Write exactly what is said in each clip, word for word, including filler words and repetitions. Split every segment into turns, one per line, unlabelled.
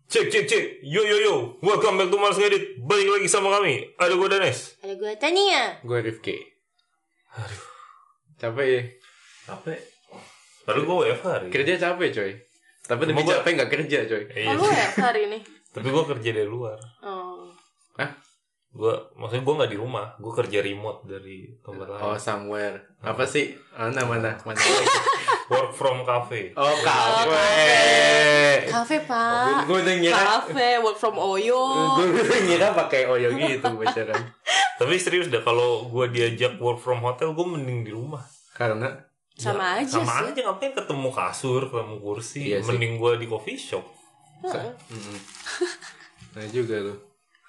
Cek cek cek. Yo yo yo. Welcome back to Mars Ngedit. Balik lagi sama kami. Ada gue Danes.
Ada gue Tania.
Gue Rifki.
Aduh,
Capek ya.
capek. Padahal gue W F H hari.
Kerja capek coy. Tapi lebih
gua...
capek gak kerja coy.
Iya
Oh lu ya hari ini?
Tapi gue kerja dari luar.
Oh.
Hah?
Gue, maksudnya gue gak di rumah. Gue kerja remote dari tempat lain.
Oh somewhere. Apa sih? Mana mana mana.
Work from cafe.
Oh kafe.
Kafe pak.
Gue udah ngira.
Kafe work from Oyo.
Gue udah ngira pakai oyo gitu pacaran.
Tapi serius dah, kalau gue diajak work from hotel, gue mending di rumah.
Karena
Sama
Ya,
aja
sama
sih.
aja, ngapain ketemu kasur, ketemu kursi.
Iya sih.
Mending gue di coffee shop.
Mm-mm. Nah juga lu.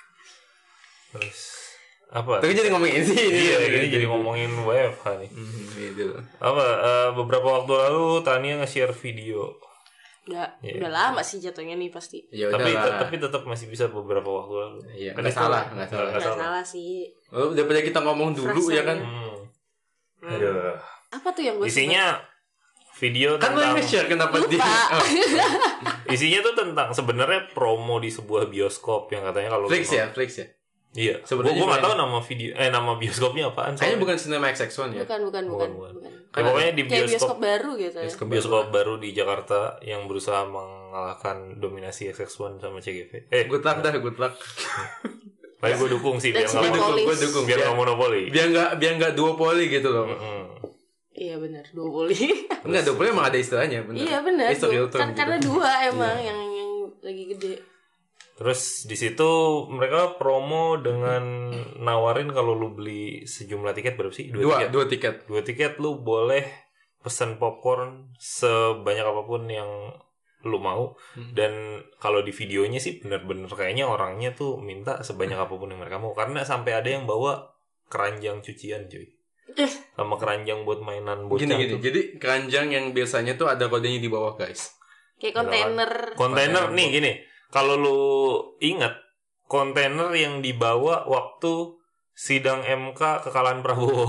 Terus apa?
Tapi jadi ngomongin sih ini.
Iya, ini jadi ngomongin W F H nih.
Hmm, gitu.
Apa? uh, beberapa waktu lalu Tania nge-share video.
Udah,
Iya.
udah lama sih jatuhnya nih pasti.
Ya udah
Tapi
lah.
te- tapi tetap masih bisa beberapa waktu lalu.
Iya,
Kan
nggak
itu-
salah, nggak salah.
Gak salah sih.
Oh, daripada kita ngomong dulu
Frasa
ya kan.
Hmm. Aduh.
Apa tuh yang gue
Isinya video
Kan lo
tentang
yang nge-share kenapa
Lupa.
dia? Oh,
isinya tuh tentang sebenarnya promo di sebuah bioskop yang katanya kalau
Flix ya, Flix ya.
Iya.
Sebenarnya
Gue nggak
gimana?
tahu nama video eh nama bioskopnya apaan.
Kayaknya
soalnya.
bukan Cinema X X one ya.
bukan, bukan, bukan,
Bukan, bukan.
bukan.
Ya, pokoknya di
Kayak
bioskop
bioskop baru gitu ya.
Bioskop
bioskop baru di Jakarta yang berusaha mengalahkan dominasi X X one sama C G V. Eh,
Good luck dah, good luck.
Tapi gue dukung sih biar
Dan
nggak
Gue dukung,
monopoli.
gue dukung.
Biar
Biar
nggak monopoli.
biar nggak biar nggak duopoli gitu loh.
Mm-mm.
Iya benar, dua poli.
Enggak, duopoli emang ada istilahnya, bener.
Iya benar.
It's a real term
Kan
gitu.
karena dua emang yang yang lagi gede.
Terus di situ mereka promo dengan nawarin kalau lu beli sejumlah tiket berapa sih? Dua,
Dua,
tiket.
dua tiket.
Dua tiket lu boleh pesan popcorn sebanyak apapun yang lu mau.
Hmm.
Dan kalau di videonya sih bener-bener kayaknya orangnya tuh minta sebanyak apapun yang mereka mau. Karena sampai ada yang bawa keranjang cucian cuy. Sama keranjang buat mainan bocah
Gini gini.
tuh.
Jadi keranjang yang biasanya tuh ada kodenya di bawah, guys.
Kayak kontainer.
Kontainer nih gini. Kalau lu ingat kontainer yang dibawa waktu sidang M K kekalahan Prabowo.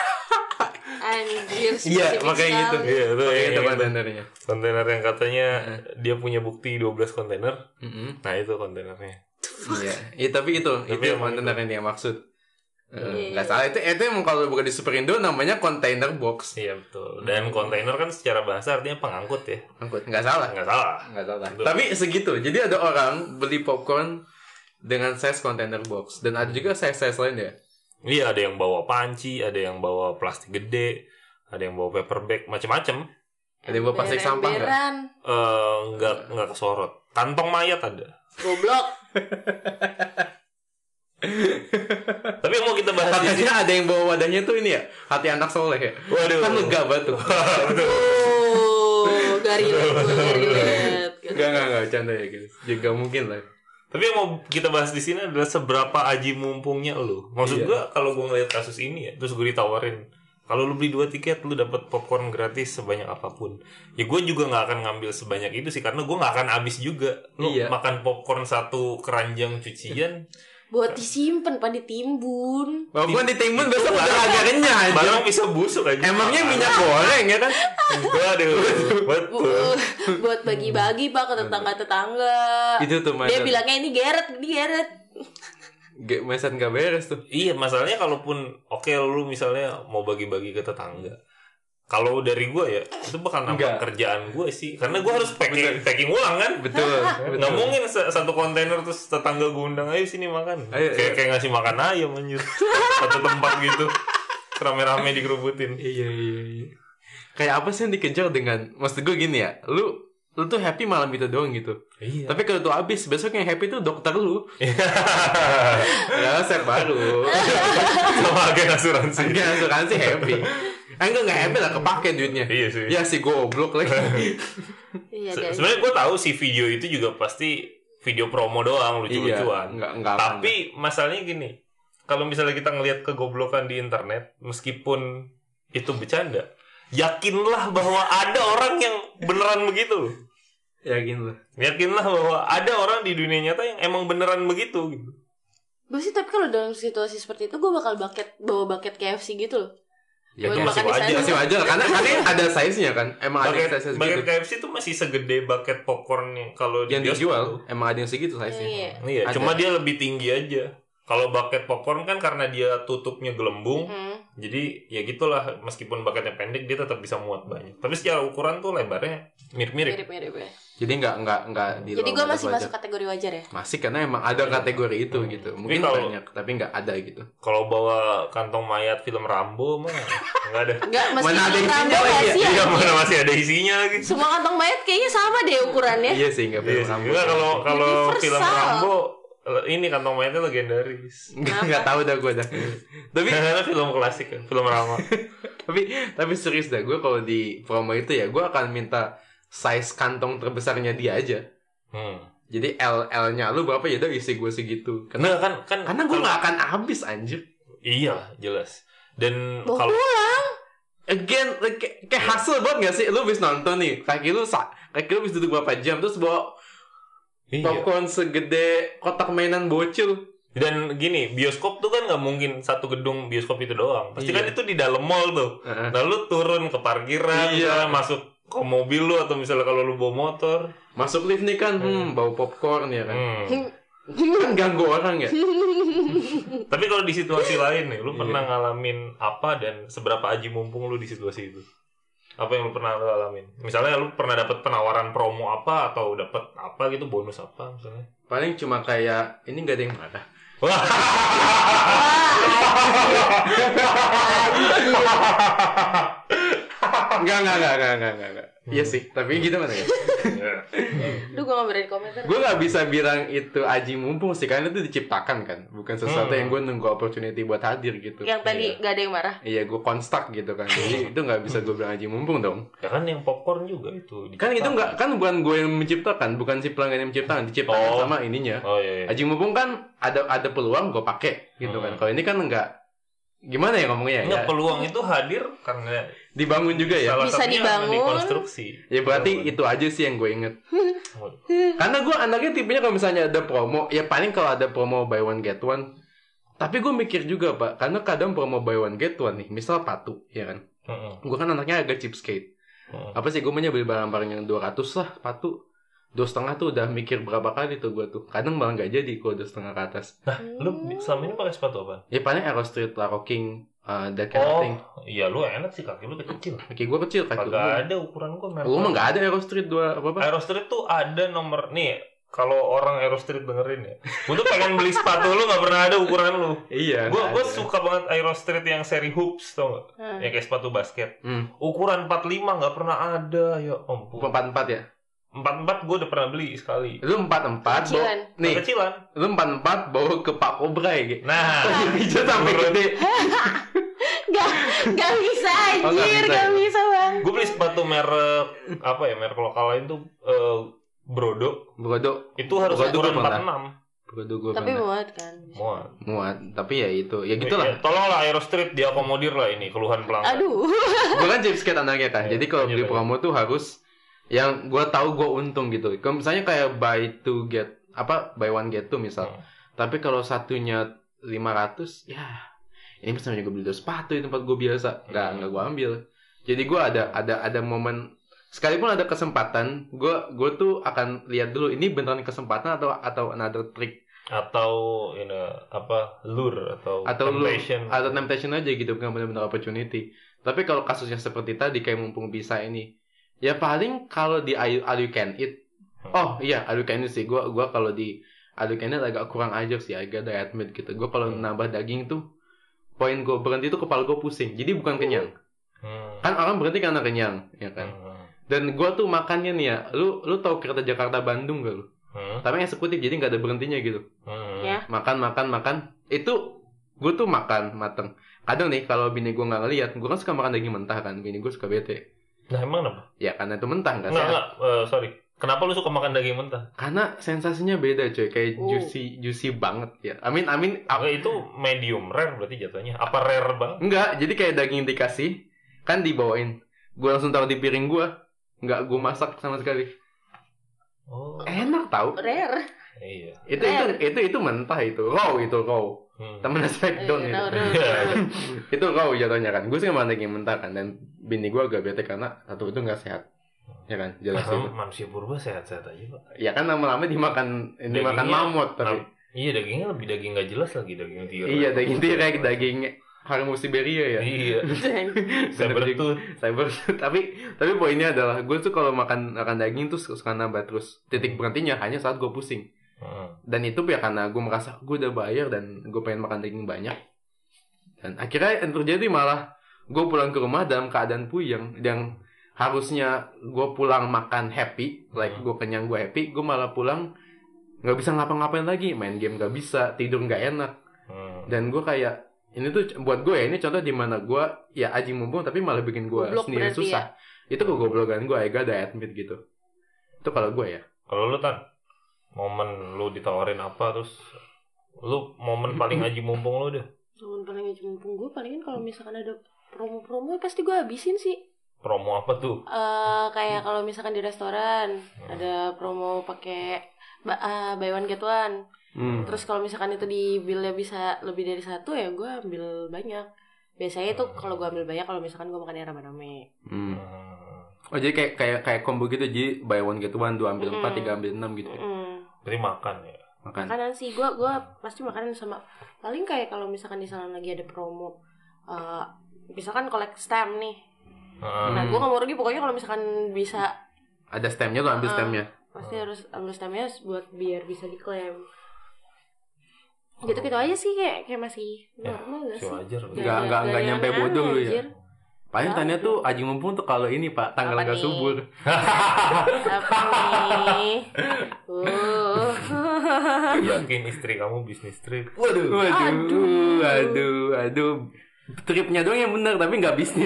Anjir.
Iya,
spesifik
makanya gitu.
sekali.
Iya, itu
Makanya
yang
itu
itu.
kontainernya.
Kontainer yang katanya dia punya bukti dua belas kontainer.
Mm-mm.
Nah, itu kontainernya.
Iya. Iya, tapi itu
Tapi
itu
emang
kontainer yang dia maksud. Eh,
Iya.
Nggak salah itu itu emang kalau bukan di Superindo namanya container box.
Iya, betul. Dan kontainer kan secara bahasa artinya pengangkut ya.
Angkut. Nggak salah.
Nggak salah.
Nggak salah.
Betul.
Tapi segitu. Jadi ada orang beli popcorn dengan size container box dan ada juga size-size lain ya.
Iya, ada yang bawa panci, ada yang bawa plastik gede, ada yang bawa paper bag, macam-macam.
Ada yang bawa plastik sampah nggak?
Ember-emberan.
Eh, nggak nggak kesorot. Kantong mayat ada.
Goblok.
Tapi yang mau kita bahas di sini.
Katanya ada yang bawa wadahnya tuh ini ya, hati anak soleh ya.
Waduh.
Kan lega batu.
Oh, gak relate, gak relate.
Gak gak gak canda ya gitu. Juga mungkin lah.
Tapi yang mau kita bahas di sini adalah seberapa aji mumpungnya lu. Maksud
Iya.
gua kalau gua ngeliat kasus ini ya, terus gue ditawarin kalau lu beli dua tiket lu dapat popcorn gratis sebanyak apapun. Ya gue juga nggak akan ngambil sebanyak itu sih karena gua nggak akan habis juga. Lu
Iya.
makan popcorn satu keranjang cucian,
Buat disimpan, pak ditimbun.
Walaupun ditimbun
Itu
besok udah
barang-
agak renyah aja.
barang bisa busuk aja.
Emangnya minyak goreng ya kan?
Waduh,
Bu-
betul.
buat bagi-bagi pak ke tetangga-tetangga.
Itu tuh
Dia
macet.
bilangnya ini geret, ini geret.
Ge- Mesan gak beres tuh.
Iya, masalahnya kalaupun oke lu misalnya mau bagi-bagi ke tetangga. Kalau dari gue ya, itu bakal nambah
Enggak.
kerjaan gue sih. Karena gue harus packing, packing ulang kan.
Betul.
Nggak mungkin se- satu kontainer terus tetangga gue undang, ayo sini makan.
Ayo,
kayak
ayo.
kayak ngasih makan ayam anjir. Satu tempat gitu. Rame-rame dikerubutin.
Iya iya iya. Kayak apa sih yang dikejar dengan, maksud gue gini ya, lu lu tuh happy malam itu doang gitu.
Iya.
Tapi kalau tuh habis, besok yang happy tuh dokter lu. Ya, resep baru.
Sama agen asuransi.
Agen asuransi happy. Eh, enggak enggak happy lah, kepake duitnya.
Iya sih.
Ya si goblok lagi.
Iya,
Se-
dan
Sebenarnya gue tahu sih video itu juga pasti video promo doang, lucu-lucuan.
Iya, enggak- enggak
Tapi masalahnya gini, kalau misalnya kita ngelihat kegoblokan di internet, meskipun itu bercanda, yakinlah bahwa ada orang yang beneran begitu loh.
Yakin lu.
Yakinlah bahwa ada orang di dunia nyata yang emang beneran begitu gitu.
gue sih tapi kalau dalam situasi seperti itu gue bakal bucket bawa bucket K F C gitu loh.
Ya
Buat
itu
makan
masih
di
wajar,
sana.
masih wajar karena karena ada size-nya kan. Emang ada
Bucket,
size
bucket
segitu.
K F C itu masih segede bucket popcorn yang kalau di
Yang
bioskop
dijual
tuh.
emang ada yang segitu size-nya.
Iya.
Iya,
Ada.
cuma dia lebih tinggi aja. Kalau bucket popcorn kan karena dia tutupnya gelembung,
Hmm.
jadi ya gitulah. Meskipun bucketnya pendek, dia tetap bisa muat banyak. Tapi secara ukuran tuh lebarnya mirip-mirip.
Mirip-mirip ya.
Jadi nggak nggak nggak di
Jadi
luar
gue
batas
masih
wajar.
masuk kategori wajar ya.
Masih karena emang ada kategori itu gitu. Mungkin
Tapi kalau-
banyak tapi nggak ada gitu.
Kalau bawa kantong mayat film Rambo mah nggak ada.
Enggak, mesti
Mana ada
film
isinya
Rambo
lagi
nggak
ya?
sih?
Iya,
anjing?
mana masih ada isinya lagi.
Semua kantong mayat kayaknya sama deh ukurannya.
Iya sih nggak
Iya
perlu
sih.
rambut.
Enggak, kalau kalau
Universal.
film Rambo ini kantong mayatnya legendaris.
Nggak nggak tahu dah gue dah. Tapi
Karena film klasik kan, film lama.
tapi tapi serius dah gue kalau di promo itu ya gue akan minta size kantong terbesarnya dia aja.
Hmm.
Jadi L L-nya lu berapa ya udah isi gue segitu. Karena
Karena kan kan
karena gue
kalau-
nggak akan habis anjir.
Iya, jelas. Dan
Bawa
kalau
Again, kayak, kayak hasil banget gak sih? Lu habis nonton nih, kaki lu sak, kaki lu habis duduk berapa jam, terus bawa
iya.
popcorn segede kotak mainan bocil.
Dan gini, bioskop tuh kan nggak mungkin satu gedung bioskop itu doang. Pasti
Iya.
kan itu di dalam mall tuh.
Heeh.
Nah, lu turun ke parkiran,
Iya.
misalnya masuk ke mobil lu atau misalnya kalau lu bawa motor.
Masuk lift nih kan, hmm, bawa popcorn ya kan.
Hmm.
Kan ganggu orang ya.
Tapi kalau di situasi lain nih, lu
Iya.
pernah ngalamin apa dan seberapa aji mumpung lu di situasi itu? Apa yang lu pernah lu alamin? Misalnya lu pernah dapat penawaran promo apa atau dapat apa gitu, bonus apa misalnya?
Paling cuma kayak ini gak ada yang marah.
Wah.
Enggak, enggak, enggak, enggak, enggak, enggak, enggak. Iya sih, tapi gitu mana ya?
Duh, gue gak berani komentar.
Gue gak bisa bilang itu aji mumpung sih, karena itu diciptakan kan. Bukan sesuatu
Hmm.
yang gue nunggu opportunity buat hadir gitu.
Yang tadi gak ada yang marah.
Iya, gue konstak gitu kan. Jadi itu gak bisa gue bilang aji mumpung dong.
Ya kan yang popcorn juga itu.
Kan itu nggak, kan bukan gue yang menciptakan, bukan si pelanggan yang menciptakan, diciptakan
Oh.
sama ininya.
Oh iya. iya.
Aji mumpung kan ada ada peluang gue pakai gitu kan.
Hmm.
Kalau ini kan enggak. Gimana ya ngomongnya
Enggak,
ya?
peluang itu hadir karena
Dibangun juga ya.
salah
Bisa
satunya karena
dibangun.
dikonstruksi.
Ya berarti itu aja sih yang gue inget. Karena gue anaknya tipenya kalau misalnya ada promo, ya paling kalau ada promo buy one get one. Tapi gue mikir juga pak, karena kadang promo buy one get one nih, misal patu, ya kan.
Heeh.
Gue kan anaknya agak cheapskate.
Heeh.
Apa sih gue maunya beli barang-barang yang dua ratus lah patu. Dua setengah tuh udah mikir berapa kali tuh gue tuh. Kadang malah nggak jadi kalau dua setengah ke atas.
Nah, lu selama ini pakai sepatu apa?
Ya paling Aero Street, Laro King, uh, that kind of
Oh,
thing.
iya lu enak sih, kaki lu kecil.
Kaki gue kecil, kaki gue.
Kagak ada ukuran gua merek.
Gue mah nggak ada Aero Street dua apa apa.
Aero Street tuh ada nomor nih. Kalau orang Aero Street dengerin ya, gue tuh pengen beli sepatu lu nggak pernah ada ukuran lu.
Iya.
Gue
nggak
gue
ada.
suka banget Aero Street yang seri hoops tau nggak?
Hmm.
Yang kayak sepatu basket.
Hmm.
Ukuran empat puluh lima nggak pernah ada ya ampun.
Empat empat ya.
empat puluh empat gue udah pernah beli sekali.
Lu empat empat.
Kecilan.
Nih,
Kecilan.
lu empat empat bawa ke Pak Kobra ya. Gitu.
Nah,
Pijat sampai gede.
Gak, gak bisa
Oh, nggak
anjir,
bisa
gak
ya?
bisa bang.
gue beli sepatu merek apa ya, merek lokal lain tuh eh, Brodo.
Brodo.
Itu harus
Brodo
ukuran
gua
empat
pernah.
puluh enam.
Brodo gue
Tapi
pernah.
muat kan.
Muat.
Muat. Tapi ya itu. Ya gitu
Ya,
lah.
tolonglah Aero Street diakomodir lah ini keluhan pelanggan.
Aduh.
Gue kan cheapskate anaknya kan.
Iya,
Jadi kalau
lanjut,
beli
lanjut.
promo tuh harus yang gue tahu gue untung gitu. Kalau misalnya kayak buy two get apa buy one get two misal.
Hmm.
Tapi kalau satunya lima ratus, ya ini misalnya juga beli dua sepatu di tempat gue biasa, nggak
Hmm.
nggak gue ambil. Jadi gue ada ada ada momen sekalipun ada kesempatan, gue gue tuh akan lihat dulu ini beneran kesempatan atau atau another trick
Atau ini apa lure atau,
atau lu
temptation.
atau temptation aja gitu, bukan benar-benar opportunity. Tapi kalau kasusnya seperti tadi kayak mumpung bisa ini, ya paling kalau di all all you can eat.
Hmm.
Oh iya, all you can eat sih. Gue gua kalau di all you can eat agak kurang aja sih, agak ada admit gitu. Gue kalau
Hmm.
nambah daging tuh, poin gue berhenti tuh kepala gue pusing. Jadi bukan kenyang.
Hmm.
Kan orang berhenti karena kenyang, ya kan.
Hmm.
Dan gue tuh makannya nih ya, lu lu tahu kereta Jakarta Bandung gak lu?
Hmm.
Tapi eksekutif jadi nggak ada berhentinya gitu.
Hmm.
Ya.
Makan makan makan. Itu gue tuh makan mateng. Kadang nih kalau bini gue nggak ngeliat, gue kan suka makan daging mentah kan. Bini gue suka bete.
Nah emang kenapa?
Ya karena itu mentah nggak
Enggak,
sehat.
enggak, eh, sorry. Kenapa lu suka makan daging mentah?
Karena sensasinya beda coy, kayak
Uh.
juicy juicy banget ya. Amin amin.
Ah, itu medium rare berarti jatuhnya. Apa rare banget?
Enggak, jadi kayak daging dikasih, kan dibawain. Gue langsung taruh di piring gue. Enggak gue masak sama sekali.
Oh.
Enak tau.
Rare.
Iya.
Itu itu itu itu mentah itu. Raw itu raw. Hmm. Temen Smackdown
eh,
itu. Itu raw jatuhnya kan. Gue sih nggak daging mentah kan, dan bini gue agak bete karena satu itu nggak sehat. Ya kan, jelas itu.
Manusia purba sehat-sehat aja, Pak.
Ya kan lama-lama dimakan ini makan mamut tapi.
Iya, dagingnya lebih daging nggak jelas lagi, daging tirai.
Iya, daging tirai, daging harimau Siberia ya.
Iya. Cybertooth.
Cybertooth. Tapi tapi poinnya adalah gue tuh kalau makan makan daging tuh suka nambah terus. Titik berhentinya hanya saat gue pusing. Hmm. Dan itu ya karena gue merasa gue udah bayar dan gue pengen makan daging banyak. Dan akhirnya yang terjadi malah gue pulang ke rumah dalam keadaan puyeng, yang harusnya gue pulang makan happy, like gue kenyang, gue happy, gue malah pulang nggak bisa ngapa-ngapain lagi, main game nggak bisa, tidur nggak enak. Hmm. Dan gue kayak ini tuh buat gue ya, ini contoh di mana gue ya aji mumpung tapi malah bikin gue sendiri susah. Ya? Itu kegoblokan gue, I gotta admit gitu. Itu kalau gue ya.
Kalau lu Tan, momen lu ditawarin apa terus lu momen paling aji mumpung lu deh?
Momen paling aji mumpung gue palingan kalau misalkan ada promo-promo pasti gue habisin sih.
Promo apa tuh?
Uh, kayak kalau misalkan di restoran hmm. ada promo pakai uh, buy one get one. Hmm. Terus kalau misalkan itu di billnya bisa lebih dari satu ya gue ambil banyak. Biasanya itu kalau gue ambil banyak kalau misalkan gue makannya rame-rame.
Hmm. Oh jadi kayak kayak kayak combo gitu, jadi buy one get one, dua ambil empat, tiga ambil enam gitu.
Hmm.
Berarti makan ya?
Makan.
Makanan sih gue gue pasti makanan sama paling kayak kalau misalkan di sana lagi ada promo, uh, misalkan collect stamp nih. Hmm. Nah gue nggak mau rugi pokoknya kalau misalkan bisa
ada stemnya lo ambil uh, stemnya.
Pasti hmm. harus ambil stemnya buat biar bisa diklaim. Gitu-gitu aja sih kayak kayak masih normal ya, gak sih?
Nggak nggak nggak nyampe bodoh lu ya. Paling tanya tuh aji mumpung tuh kalau ini Pak tanggal nggak subur.
Apa nih? Uh.
Yakin istri kamu bisnis trip?
Waduh, waduh, aduh, aduh, aduh. Tripnya doang yang benar tapi nggak bisnis.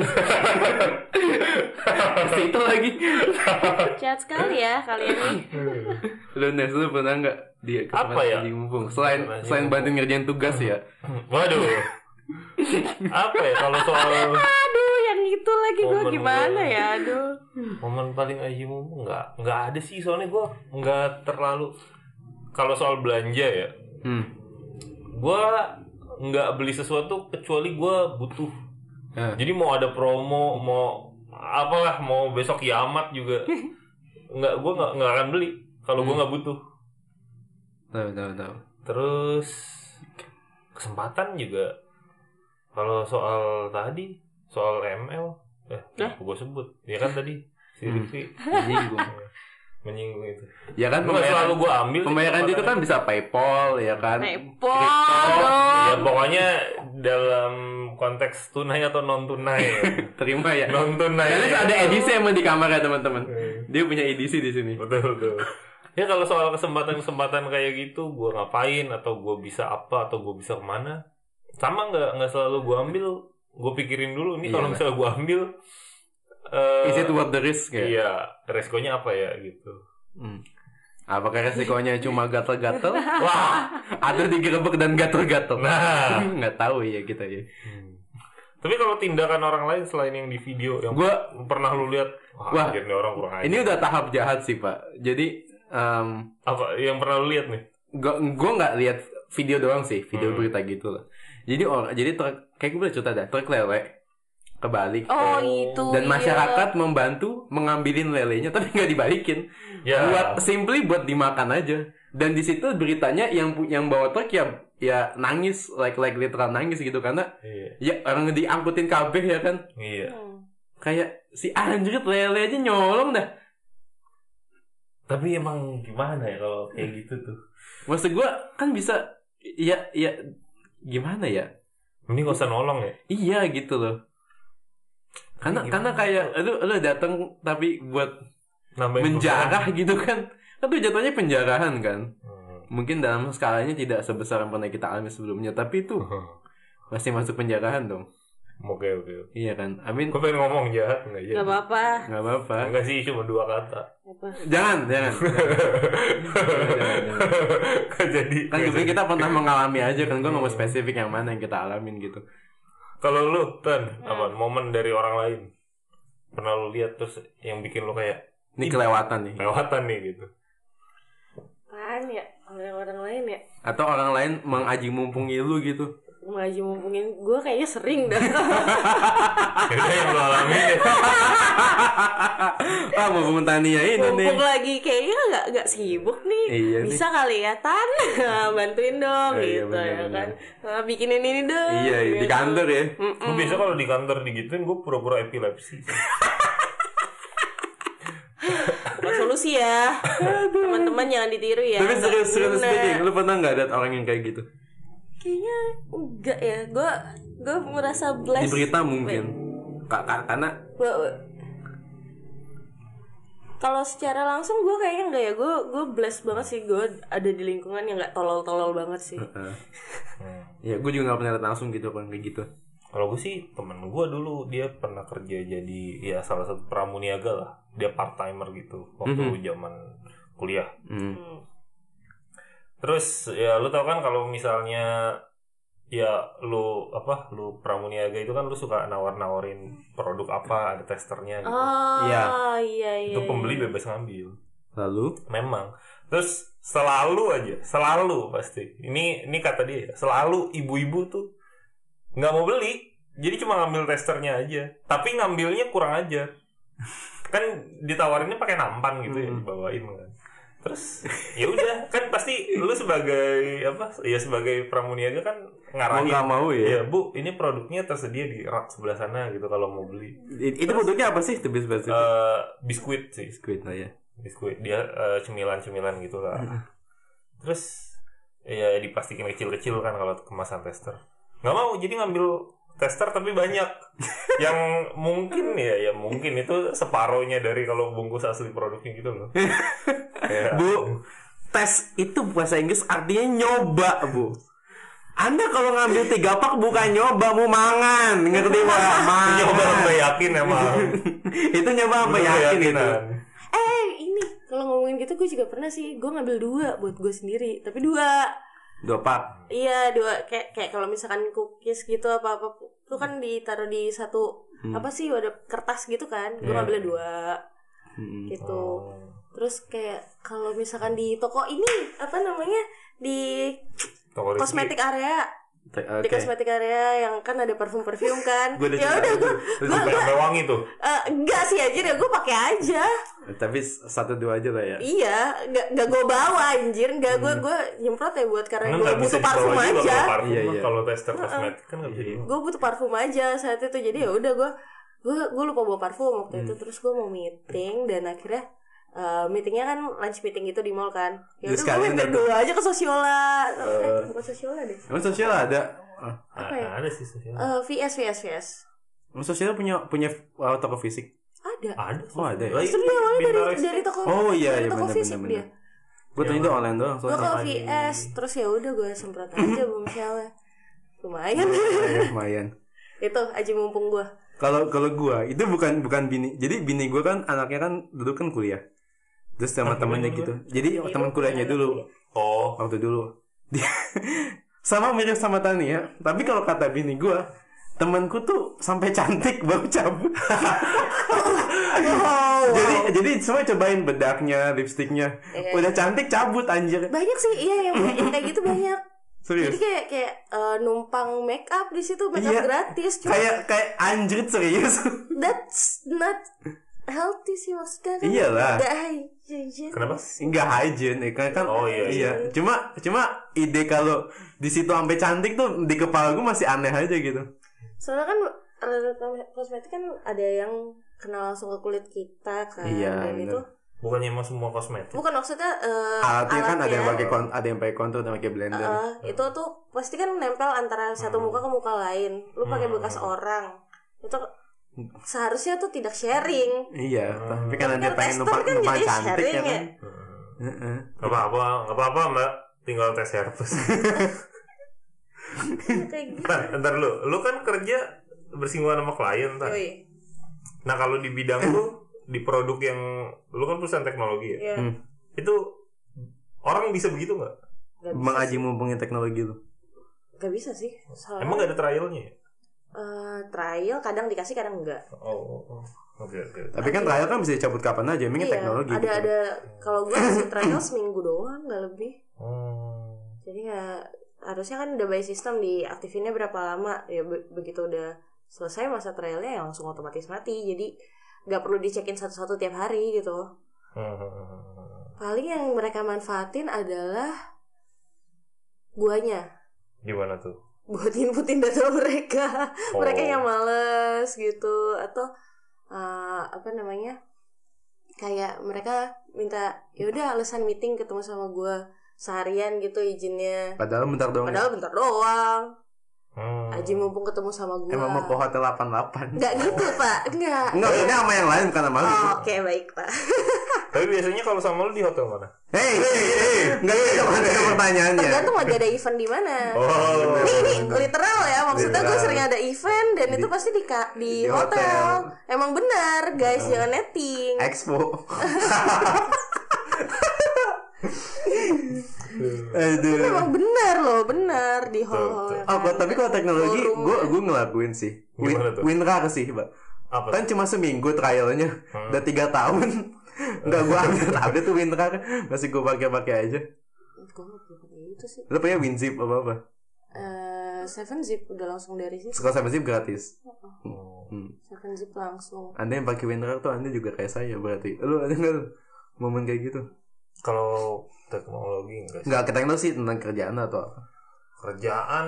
Itu lagi.
Jahat sekali ya kalian nih.
Lu Nes, lu pernah nggak dia
apa ya?
Mumpung selain selain bantu ngerjain tugas ya?
Waduh. Apa ya kalau soal
aduh yang itu lagi gue gimana gue, ya aduh.
Momen paling aji mumpung nggak nggak ada sih, soalnya gue nggak terlalu kalau soal belanja ya. Hmm. Gue nggak beli sesuatu kecuali gue butuh. Hmm. Jadi mau ada promo, mau apalah, mau besok kiamat juga nggak, gue nggak nggak akan beli kalau hmm. gue nggak butuh.
Tahu tahu tahu.
Terus kesempatan juga. Kalau soal tadi soal M L, eh, eh? gue sebut, ya kan tadi si Rifki menyinggung, menyinggung itu.
Ya kan
pembayaran, selalu gue ambil.
Pembayaran itu kan bisa PayPal, ya kan.
PayPal.
Ya pokoknya dalam konteks tunai atau non tunai.
Terima ya.
Non tunai.
Karena ada edisi emang di kamar ya teman-teman. Dia punya edisi di sini.
Betul betul. Ya kalau soal kesempatan-kesempatan kayak gitu, gue ngapain atau gue bisa apa atau gue bisa kemana? Sama nggak nggak selalu gue ambil, gue pikirin dulu nih kalau misalnya gue ambil uh,
is it worth the risk ya?
Iya, resikonya apa ya gitu.
Hmm. Apakah resikonya cuma gatel-gatel? Wah, atau digerebek dan gatel-gatel? Nah, nggak tahu ya kita ya.
Hmm. Tapi kalau tindakan orang lain selain yang di video yang gua pernah lu lihat, wah, wah ini orang kurang ajar.
Ini udah tahap jahat sih Pak. Jadi um,
apa yang pernah lu lihat nih?
Gue gue nggak lihat video doang sih, video hmm. berita gitu lah. Jadi orang, jadi truk, kayak gue boleh cerita dah, truk lele kebalik.
Oh itu.
Dan masyarakat iya. membantu mengambilin lelenya, tapi nggak dibalikin. Yeah. Buat simply buat dimakan aja. Dan di situ beritanya yang yang bawa truk ya ya nangis, like like literal nangis gitu karena yeah. ya orang diangkutin kabeh ya kan.
Iya. Yeah.
Kayak si anjir lele aja nyolong dah.
Tapi emang gimana ya kalau kayak gitu tuh?
Maksud gue kan bisa ya ya gimana ya?
Ini gak usah nolong ya?
Iya gitu loh. Karena karena kayak lu lu datang tapi buat nambahin menjarah gitu kan. Kan tuh jatuhnya penjarahan kan. Hmm. Mungkin dalam skalanya tidak sebesar yang pernah kita alami sebelumnya, tapi itu masih masuk penjarahan dong.
Oke oke.
Iya kan. Amin.
Gue pengen ngomong jahat enggak ya?
Enggak apa-apa.
Enggak apa-apa.
Enggak sih, cuma dua kata.
Apa?
Jangan, jangan.
Kan jadi
kan jadi kita pernah mengalami aja kan, gue nggak mau spesifik yang mana yang kita alamin gitu.
Kalau lu Tan, hmm. apa momen dari orang lain pernah lu lihat terus yang bikin lu kayak
ini kelewatan nih.
Kelewatan nih gitu.
Apaan ya? oleh orang lain ya?
Atau orang lain mengaji mumpungi lu gitu?
Mengaji mumpungin gue kayaknya sering dah.
Yaudah yang lo alami deh.
Ah, mumpung Tania ini nih.
Mumpung lagi kayaknya nggak nggak sibuk nih.
Iya
Bisa nih. Kali ya Tan, bantuin dong
oh, iya,
gitu
bener,
ya
bener.
kan. Nah, bikinin ini dong.
Iya,
gitu.
di kantor ya.
Gue biasa kalau di kantor digituin gue pura-pura epilepsi.
Bukan solusi ya. Teman-teman jangan ditiru ya.
Tapi serius serius
Guna.
speaking, lu pernah nggak ada orang yang kayak gitu?
Kayaknya enggak ya. Gue gue merasa blessed.
Di berita mungkin. Kak, karena
kalau secara langsung gue kayaknya enggak ya. Gue gue blessed banget sih. Gue ada di lingkungan yang nggak tolol-tolol banget sih.
uh, ya gue juga nggak pernah lihat langsung gitu kan kayak gitu.
Kalau gue sih temen gue dulu dia pernah kerja jadi ya salah satu pramuniaga lah. Dia part timer gitu waktu
Mm-hmm.
zaman kuliah.
Mm.
Hmm.
Terus ya lu tau kan kalau misalnya ya lu apa lu pramuniaga itu kan lu suka nawar-nawarin produk apa, ada testernya gitu.
Oh
Iya.
iya iya.
Itu pembeli
iya.
bebas ngambil.
Lalu
Memang. Terus selalu aja, selalu pasti. Ini ini kata dia, selalu ibu-ibu tuh nggak mau beli, jadi cuma ngambil testernya aja. Tapi ngambilnya kurang ajar. Kan ditawarinnya pakai nampan gitu ya, dibawain kan. Terus ya udah kan pasti lu sebagai apa? Ya sebagai pramuniaga kan ngarahin.
Mau nggak mau ya?
Ya Bu, ini produknya tersedia di rak sebelah sana gitu kalau mau beli.
I- itu bentuknya apa sih? Lebih spesifik.
Eh, biskuit sih.
Biskuit lah ya.
Biskuit dia eh, cemilan-cemilan gitu lah. Terus ya dipastikan kecil-kecil kan kalau kemasan tester. Nggak mau, jadi ngambil tester tapi banyak. Yang mungkin ya ya mungkin itu separohnya dari kalau bungkus asli produknya gitu loh. Ya.
Bu, tes itu bahasa Inggris artinya nyoba, Bu. Anda kalau ngambil tiga pak bukan nyoba, mau mangan, ngerti nggak? Mangan.
Nyoba sampai yakin emang.
Itu nyoba sampai
Bener
yakin itu.
keyakinan.
Eh ini kalau ngomongin gitu gue juga pernah sih. Gue ngambil dua buat gue sendiri. Tapi dua.
Dua pak.
Iya dua. Kayak kayak kalau misalkan cookies gitu apa apa itu kan ditaruh di satu
Hmm.
apa sih ada kertas gitu kan. Gue
Yeah.
ngambilnya dua.
Hmm.
Gitu.
Oh.
Terus kayak kalau misalkan di toko ini apa namanya di
Toko Rizky.
kosmetik area.
Te-
Di
Oke.
kosmetik area yang kan ada parfum-parfum kan.
Gua udah
Ya
coba
udah
itu.
gue
Terus
gue
Sampai sampai wangi tuh.
Eh, enggak sih aja deh, gue pakai aja.
Tapi satu dua aja lah ya.
Iya, enggak enggak gue bawa anjir, enggak gue gue nyemprot ya buat karena
Karena
gue
nggak bisa
butuh parfum
dibawa juga
aja.
kalau parfum
Iya,
mah,
iya.
kalau tester kosmetik kan nggak bisa dibawa.
Gue butuh parfum aja saat itu. Jadi ya udah gue gue gue lupa bawa parfum waktu itu. Terus gue mau meeting dan akhirnya eh, meetingnya kan lunch meeting gitu di mall kan. Ya
Terus
udah gue
kalian
mampir
datang.
dulu aja ke Sosiola. Eh, bukan Sosiola deh.
Emang sosial ada? Ah.
Apa ya?
Ah, ada sih sosial.
Eh, V S V S V S.
Emang sosial punya punya uh, toko fisik?
Ada.
Ada.
Oh, ada ya?
Lah,
Justru
ini
dia awalnya dari
Pinterest.
dari toko.
Oh iya
dari
iya
toko
benar
fisik
benar
dia.
benar. Gue tadi itu online doang
Gue ke
soalnya.
V S terus ya udah gue semprot aja bombshellnya. Lumayan.
Ya, lumayan.
Itu aja mumpung gue.
Kalau kalau gua itu bukan bukan bini. Jadi bini gua kan anaknya kan dulu kan kuliah. Terus sama temannya gitu. Jadi
Iya,
teman kuliahnya
anak
dulu.
Oh,
Waktu dulu. Dia sama mirip sama Tania, tapi kalau kata bini gua, temanku tuh sampai cantik baru cabut. Jadi jadi semua cobain bedaknya, lipstiknya.
Iya.
Udah cantik cabut anjir.
Banyak sih iya yang, yang kayak gitu banyak.
Serius.
Jadi kayak kayak eh, numpang make up di situ make up
Iya.
gratis. Cuma
Kayak kayak anjir serius.
that's not healthy sih maksudnya kan.
Iyalah.
Gak hygiene.
kenapa?
Enggak hygiene ya kan, kan
Oh, iya,
iya. Cuma cuma ide kalau di situ sampai cantik tuh di kepala gue masih aneh aja gitu.
Soalnya kan alat kosmetik kan ada yang kenal langsung ke kulit kita kan.
Iya,
Dan
bener.
itu
Bukannya emang semua kosmetik?
bukan maksudnya eh,
Alatnya kan ada yang
alatnya.
pakai kon- ada yang pakai kontur, ada yang pakai blender.
Eh, itu tuh pasti kan nempel antara satu muka ke muka lain. Lu pakai bekas orang. Itu seharusnya tuh tidak sharing.
Iya, tapi kan
Tapi
ada
kan
pengen
tester
numpang
kan
numpang
jadi
cantik
sharing
ya
ya.
kan. Heeh.
Gak apa-apa, gak apa-apa mbak. Tinggal tes herpes.
Kayak gitu.
Nah, ntar lu, lu kan kerja bersinggungan sama klien ntar.
Yoi.
Nah kalau di bidang lu, di produk yang lu kan perusahaan teknologi ya,
Iya.
Hmm.
itu orang bisa begitu nggak?
Gak bisa
Mengaji
sih.
mumpungin teknologi lu.
Gak bisa sih. Soalnya
Emang gak ada trialnya ya?
eh, trial kadang dikasih kadang enggak.
Oh, oh, oh. Oke oke.
Tapi kan trial kan bisa dicabut kapan aja, emang
Iya,
teknologi
ada
gitu.
ada kalau gue kasih trial seminggu doang, nggak lebih. Hmm. Jadi nggak, harusnya kan udah by system diaktifinnya berapa lama ya, be- begitu udah selesai masa trialnya ya langsung otomatis mati. Jadi nggak perlu dicekin satu-satu tiap hari gitu. Hmm. Paling yang mereka manfaatin adalah guanya.
Gimana tuh?
Buat inputin data mereka. Oh. Mereka yang males gitu, atau uh, apa namanya, kayak mereka minta ya udah alasan meeting ketemu sama gue seharian gitu izinnya.
Padahal bentar doang.
Padahal bentar doang.
Hmm.
Aji mumpung ketemu sama gue.
Emang mau ke hotel delapan puluh delapan?
Enggak gitu pak, enggak.
Enggak, ini sama yang lain bukan sama lu.
Oh, oke okay, baik pak.
Tapi biasanya kalau sama lu di hotel mana?
Hei, hei, hei, enggak gitu pertanyaannya.
Tergantung lagi ada event di mana.
Oh.
Ini, ini literal ya, maksudnya gue sering ada event dan di, itu pasti di di, di hotel. hotel. Emang benar guys, uh, jangan netting.
Expo. Aduh.
Memang benar loh, benar di hall.
Oh, kan? Tapi kalau teknologi, gue gue ngelakuin sih. Win, WinRAR sih, Pak. Apa kan tuh? Cuma seminggu trialnya, hmm. udah tiga tahun. Enggak gue ambil tablet tuh WinRAR, masih gue pakai-pakai aja.
Gue nggak pakai itu sih.
Lo punya WinZip apa apa?
Uh, seven Zip udah langsung dari situ.
Sekolah seven Zip gratis.
Oh. Hmm. seven Zip langsung.
Anda yang pakai WinRAR tuh Anda juga kayak saya berarti. Lo ada nggak momen kayak gitu?
Kalau teknologi enggak sih.
Enggak, kita tahu sih tentang kerjaan atau apa?
Kerjaan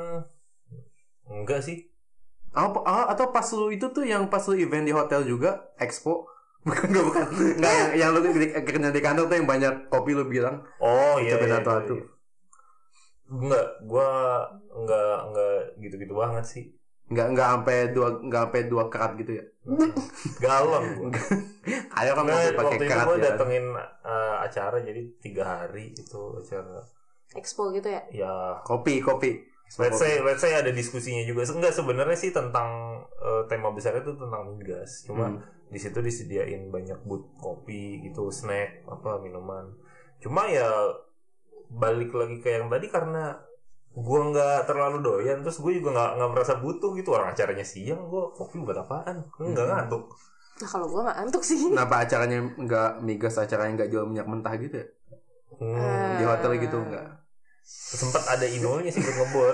enggak sih.
Apa oh, atau pas lu itu tuh yang pas lu event di hotel juga, Expo. Bukan enggak bukan. Enggak yang yang lu kerja di kantor tuh yang banyak kopi lu bilang.
Oh iya.
Iya,
iya, iya. Enggak, gua enggak enggak gitu-gitu banget sih.
Enggak enggak sampai dua enggak sampai dua karat gitu ya.
Galon gua.
Ayo kan mau pakai karat
gua
ya.
datengin uh, acara jadi tiga hari itu acara
Expo gitu ya.
Ya,
kopi, kopi.
Let's say let's say ada diskusinya juga. Enggak, sebenarnya sih tentang uh, tema besar itu tentang migas. Cuma hmm. di situ disediain banyak booth kopi gitu, snack, apa minuman. Cuma ya balik lagi ke yang tadi karena gue nggak terlalu doyan, terus gue juga nggak nggak merasa butuh gitu. Orang acaranya siang, gue kopi buat apaan? Gue nggak hmm. ngantuk.
Nah kalau gue nggak ngantuk sih.
Kenapa acaranya nggak migas, acaranya nggak jual minyak mentah gitu ya? Hmm. Di hotel gitu nggak?
Sempat ada inolnya sih buat ngebor.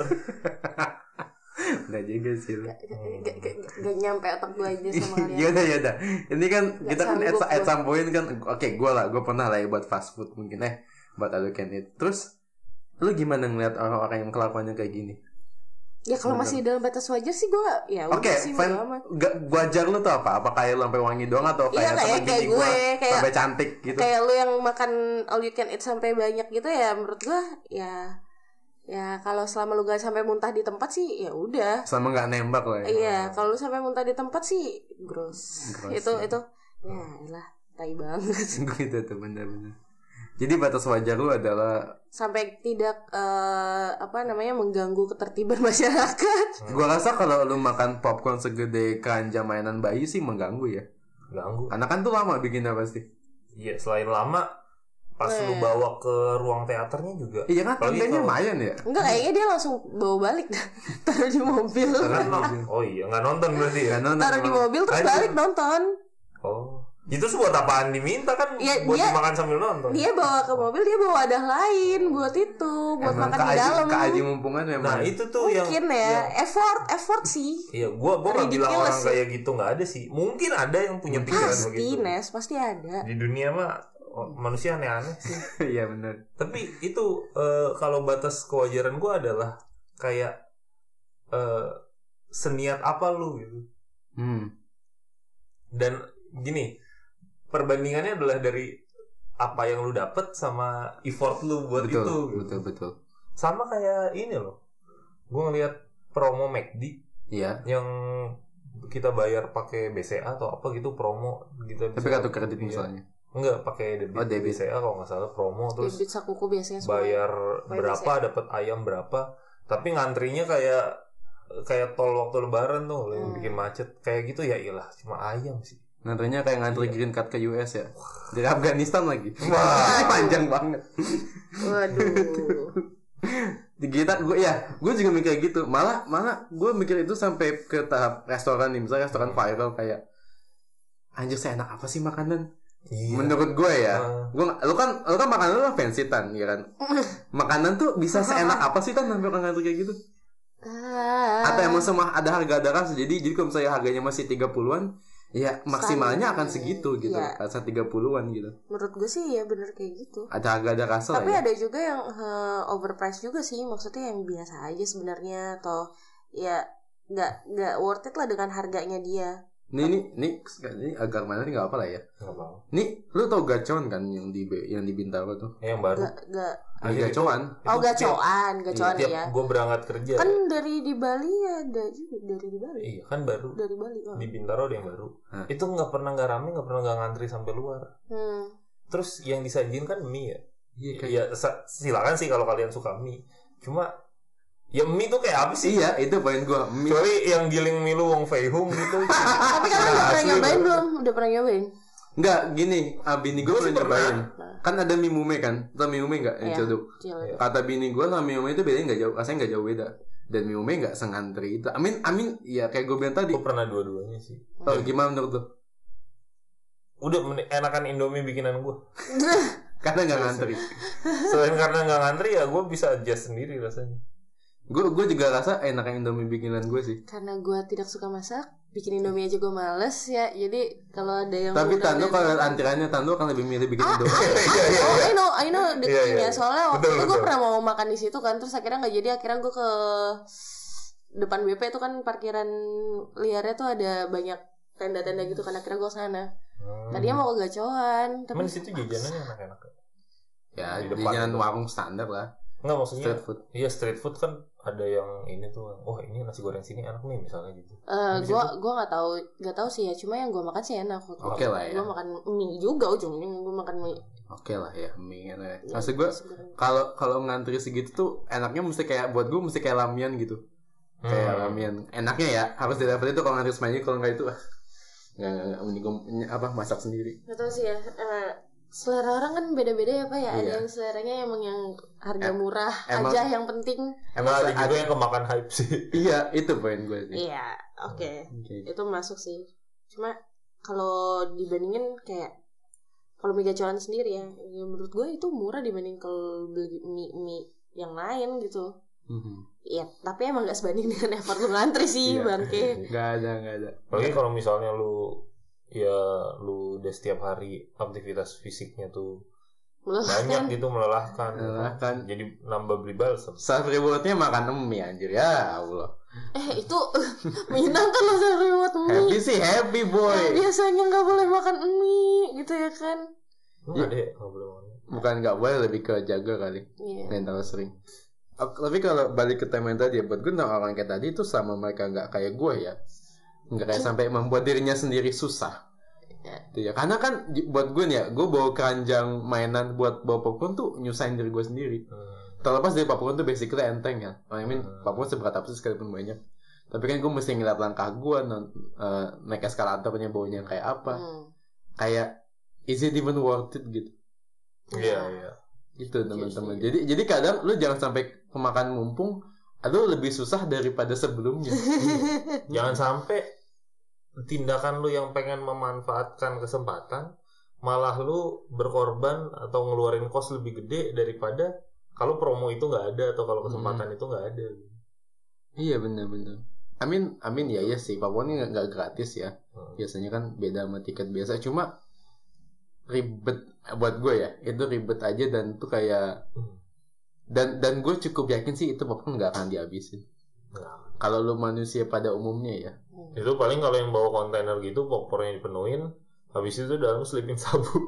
Nggak juga sih.
Gak, gak, gak, gak nyampe otak gue aja sama kalian.
Yaudah yaudah. Ini kan gak kita kan at, at some point kan, oke okay, gue lah, gue pernah lah ya buat fast food mungkin eh buat all you can eat. Terus lu gimana ngeliat orang-orang yang kelakuannya kayak gini?
Ya kalau masih dalam batas wajar sih gue ya udah
okay,
sih
fine. Gak wajar lu tuh apa? Apa kayak lu sampai wangi doang atau kayak,
iya, kayak, kayak gue
gua,
kayak
sampai cantik gitu? Kayak
lu yang makan all you can eat sampai banyak gitu ya, menurut gue ya ya kalau selama lu gak sampai muntah di tempat sih ya udah.
Selama gak nembak lah ya.
Iya, kalau lu sampai muntah di tempat sih gross. gross itu ya. itu ya lah tai banget.
Gitu tuh benar-benar. Jadi batas wajar lu adalah
sampai tidak uh, apa namanya mengganggu ketertiban masyarakat.
Hmm. Gua rasa kalau lu makan popcorn segede keranjang mainan bayi sih mengganggu ya.
Ganggu.
Karena kan tuh lama bikinnya pasti.
Iya, selain lama pas eh. lu bawa ke ruang teaternya juga.
Iya kan, harganya lumayan ya.
Enggak, kayaknya dia langsung bawa balik taruh di mobil.
Oh iya, nggak nonton berarti ya.
Nonton,
taruh di mobil terus Ayo. balik nonton.
Oh. Itu buat apaan diminta kan
ya,
buat
dia,
dimakan sambil nonton.
Dia bawa ke mobil, dia bawa wadah lain buat itu, buat emang makan di dalam.
Ke Aji mumpungan memang.
Nah, itu tuh
mungkin
yang
mungkin ya, yang, effort, effort sih.
Iya, gua gua enggak bilang orang sih. Kayak gitu enggak ada sih. Mungkin ada yang punya pikiran
pasti,
begitu.
Pasti, Nes, pasti ada.
Di dunia mah manusia aneh-aneh sih.
Iya benar.
Tapi itu uh, kalau batas kewajaran gua adalah kayak uh, seniat apa lu gitu. Hmm. Dan gini, perbandingannya adalah dari apa yang lu dapet sama effort lu buat
betul,
itu.
Betul, betul, betul.
Sama kayak ini loh. Gue ngeliat promo McD.
Iya.
Yang kita bayar pakai B C A atau apa gitu promo gitu.
Tapi kartu kredit iya. misalnya.
Enggak, pakai debit,
oh, debit.
B C A kalau nggak salah promo terus.
Debit Sakuku biasanya
bayar berapa dapat ayam berapa. Tapi ngantrinya kayak kayak tol waktu lebaran tuh, hmm. yang bikin macet. Kayak gitu ya iyalah, cuma ayam sih.
Ngantrinya kayak ngantri iya. green card ke U S ya. Dari Afghanistan lagi. Wah, panjang banget.
Waduh.
Kita gue ya, gue juga mikir gitu. Malah malah gue mikir itu sampai ke tahap restoran nih, misalnya restoran viral kayak anjir saya enak apa sih makanan? Iya. Menurut gue ya, uh. gue lu kan lu kan makanan lu kan fancy Tan, ya kan? Makanan tuh bisa seenak apa sih Tan sampai orang ngantuk kayak gitu? Uh. Atau emang semua ada harga ada rasa. Jadi jadi kalau misalnya harganya masih tiga puluhan, ya maksimalnya akan segitu gitu. Ya. Rasa tiga puluhan gitu.
Menurut gue sih ya bener kayak gitu.
Ada harga ada rasa.
Tapi
ya?
ada juga yang uh, overpriced juga sih, maksudnya yang biasa aja sebenarnya, atau ya nggak nggak worth it lah dengan harganya dia.
Nih nih nih ini agak mana nih nggak apa lah ya. Nggak apa. Nih lu tau gacoan kan yang di yang di Bintaro tuh?
Yang baru.
Gak, gak.
Ini gacoan.
Oh gacoan, gacoan
iya,
ya.
Gue berangkat kerja.
Kan dari di Bali ada juga dari di Bali.
Iya kan baru.
Dari Bali. Oh.
Di Bintaro ada yang baru. Hah? Itu nggak pernah nggak rame, nggak pernah nggak ngantri sampai luar. Hmm. Terus yang disajiin kan mie ya. Iya. Kayak... Ya silakan sih kalau kalian suka mie. Cuma ya mie tuh kayak apa sih?
Iya, itu poin gue.
Kecuali yang giling mie lu Wong Fei Hung gitu.
Tapi kan udah pernah nyobain belum? Udah pernah nyobain?
Enggak, gini, ah, bini gue pernah nyobain. Nah. Kan ada mie mume kan? Tau mie mume enggak? Yang
iya,
codok.
Iya.
Kata bini gue sama mie mume itu bedanya enggak jauh, rasanya enggak jauh beda. Dan mie mume enggak sengantri itu. Amin, amin, ya kayak gue bilang tadi.
Gue pernah dua-duanya sih.
Oh, gimana menurut lu?
Udah enakan Indomie bikinan gue.
Karena enggak ngantri.
Selain karena enggak ngantri ya gue bisa adjust sendiri rasanya.
Gue gue juga rasa enakan Indomie bikinan gue sih.
Karena gue tidak suka masak, bikin Indomie aja gue males ya. Jadi kalau ada yang
tapi Tando kalau antriannya Tando kan lebih milih bikin
ah,
Indomie.
Ah, oh, I know, I know. Yeah, yeah, yeah. Soalnya waktu itu gue pernah mau makan di situ kan, terus akhirnya nggak jadi. Akhirnya gue ke depan B P itu kan parkiran liarnya tuh ada banyak tenda-tenda gitu kan. Akhirnya gue kesana. Hmm. Tadinya mau ke gacoan.
Tapi di situ jajanannya enak-enak.
Ya, jajanan warung standar lah.
Enggak maksudnya
street food.
Iya street food kan ada yang ini tuh. Oh ini nasi goreng sini enak nih misalnya gitu.
Eh uh, gua gua nggak tahu nggak tahu sih ya. Cuma yang gua makan sih enak.
Oke okay lah ya.
Gua makan mie juga ujungnya gua makan mie.
Oke okay lah ya mie enak. Ya, maksud gua kalau kalau ngantri segitu tuh enaknya mesti kayak buat gua mesti kayak lamian gitu. Hmm. Kayak lamian. Enaknya ya harus di level itu kalau ngantri semuanya kalau nggak itu ah nggak nggak mending apa masak sendiri.
Nggak tahu sih ya. Uh, selera orang kan beda-beda ya Pak ya. Iya. Ada yang seleranya emang yang harga murah emang, aja yang penting.
Emang ada juga yang kemakan hype sih.
Iya itu poin gue sih.
Iya oke okay. okay. Itu masuk sih. Cuma kalau dibandingin kayak kalau mie gacoan sendiri ya, ya menurut gue itu murah dibanding kalau beli mie, mie yang lain gitu. Iya mm-hmm. Tapi emang gak sebanding dengan effort lu ngantri sih bangke.
Gak ada gak ada.
Apalagi kalau misalnya lu ya lu udah setiap hari aktivitas fisiknya tuh melelahkan. Banyak gitu melelahkan, melelahkan. Jadi nambah beli balsam.
Self rewardnya makan mie anjir ya Allah.
Eh itu menyenangkan loh self reward mie.
Happy sih happy boy.
Nah, biasanya nggak boleh makan mie gitu ya kan?
Nggak deh nggak boleh makan.
Bukan nggak boleh lebih ke jaga kali. Yeah. Mental sering. Tapi kalau balik ke tema yang tadi ya buat gue orang kayak tadi itu sama mereka nggak kayak gue ya. Nggak kayak sampai membuat dirinya sendiri susah ya. Ya karena kan buat gue nih ya gue bawa keranjang mainan buat bawa popcorn tuh nyusahin diri gue sendiri. hmm. Terlepas dari popcorn tuh basically enteng ya. I mean hmm. popcorn seberat apa sih sekalipun banyak. Tapi kan gue mesti ngeliat langkah gue uh, naik eskalatornya baunya kayak apa. hmm. Kayak is it even worth it gitu.
Iya yeah, iya yeah.
Gitu teman-teman. Jadi jadi kadang lu jangan sampai kemakan mumpung atau lebih susah daripada sebelumnya.
Jangan sampai tindakan lu yang pengen memanfaatkan kesempatan malah lu berkorban atau ngeluarin kos lebih gede daripada kalau promo itu nggak ada atau kalau kesempatan hmm. itu nggak ada.
Iya benar-benar. Amin amin ya ya sih Papua ini nggak gratis ya. Hmm. Biasanya kan beda sama tiket biasa. Cuma ribet buat gue ya. Itu ribet aja dan tuh kayak hmm. dan dan gue cukup yakin sih itu Papua nggak akan dihabisin. Nah. Kalau lu manusia pada umumnya ya.
Itu paling kalau yang bawa kontainer gitu popcornnya dipenuhin, habis itu dalam selipin sabuk.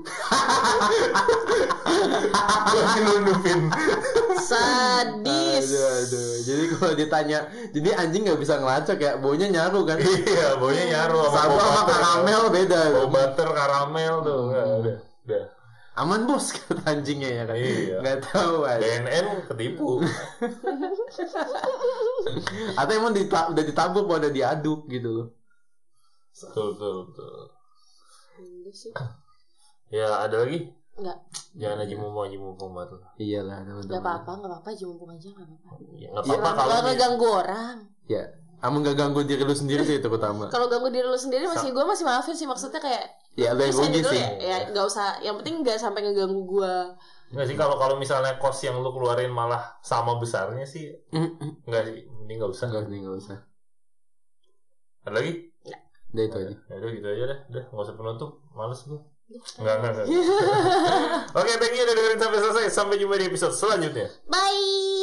Lagi nundupin.
Sadis.
Aduh, aduh. Jadi kalau ditanya, jadi anjing nggak bisa ngelacak ya, baunya nyaru kan?
Iya, baunya nyaru.
Sabuk sama karamel beda.
Bau butter karamel tuh, nggak hmm. ada. Udah.
Aman bos kata anjingnya ya kan.
Iya.
Nggak tahu aja.
D N N ketipu.
Atau emang dita- udah ditabur udah diaduk gitu loh.
Betul betul betul. Ya ada lagi?
Enggak.
Jangan aja mumpung aja mumpung banget.
Iyalah teman-teman.
Enggak apa-apa, enggak apa-apa aja mumpung aja enggak apa-apa.
Ya enggak apa-apa kalau
enggak ganggu orang.
Ya. Kamu gak ganggu diri lu sendiri sih itu pertama.
Kalau ganggu diri lu sendiri masih gue masih maafin sih, maksudnya kayak
Ya ada yang rugi sih.
Ya nggak usah. Yang penting nggak sampai ngeganggu gue.
Nggak sih, kalau kalau misalnya kos yang lu keluarin malah sama besarnya sih, nggak sih, mending nggak usah.
Nggak, nggak usah.
Ada lagi?
Nggak.
Udah itu aja.
Ya udah gitu aja deh, udah nggak usah penutup, males gue. Nggak nggak. Oke, thank you udah dengerin sampai selesai. Sampai jumpa di episode selanjutnya.
Bye.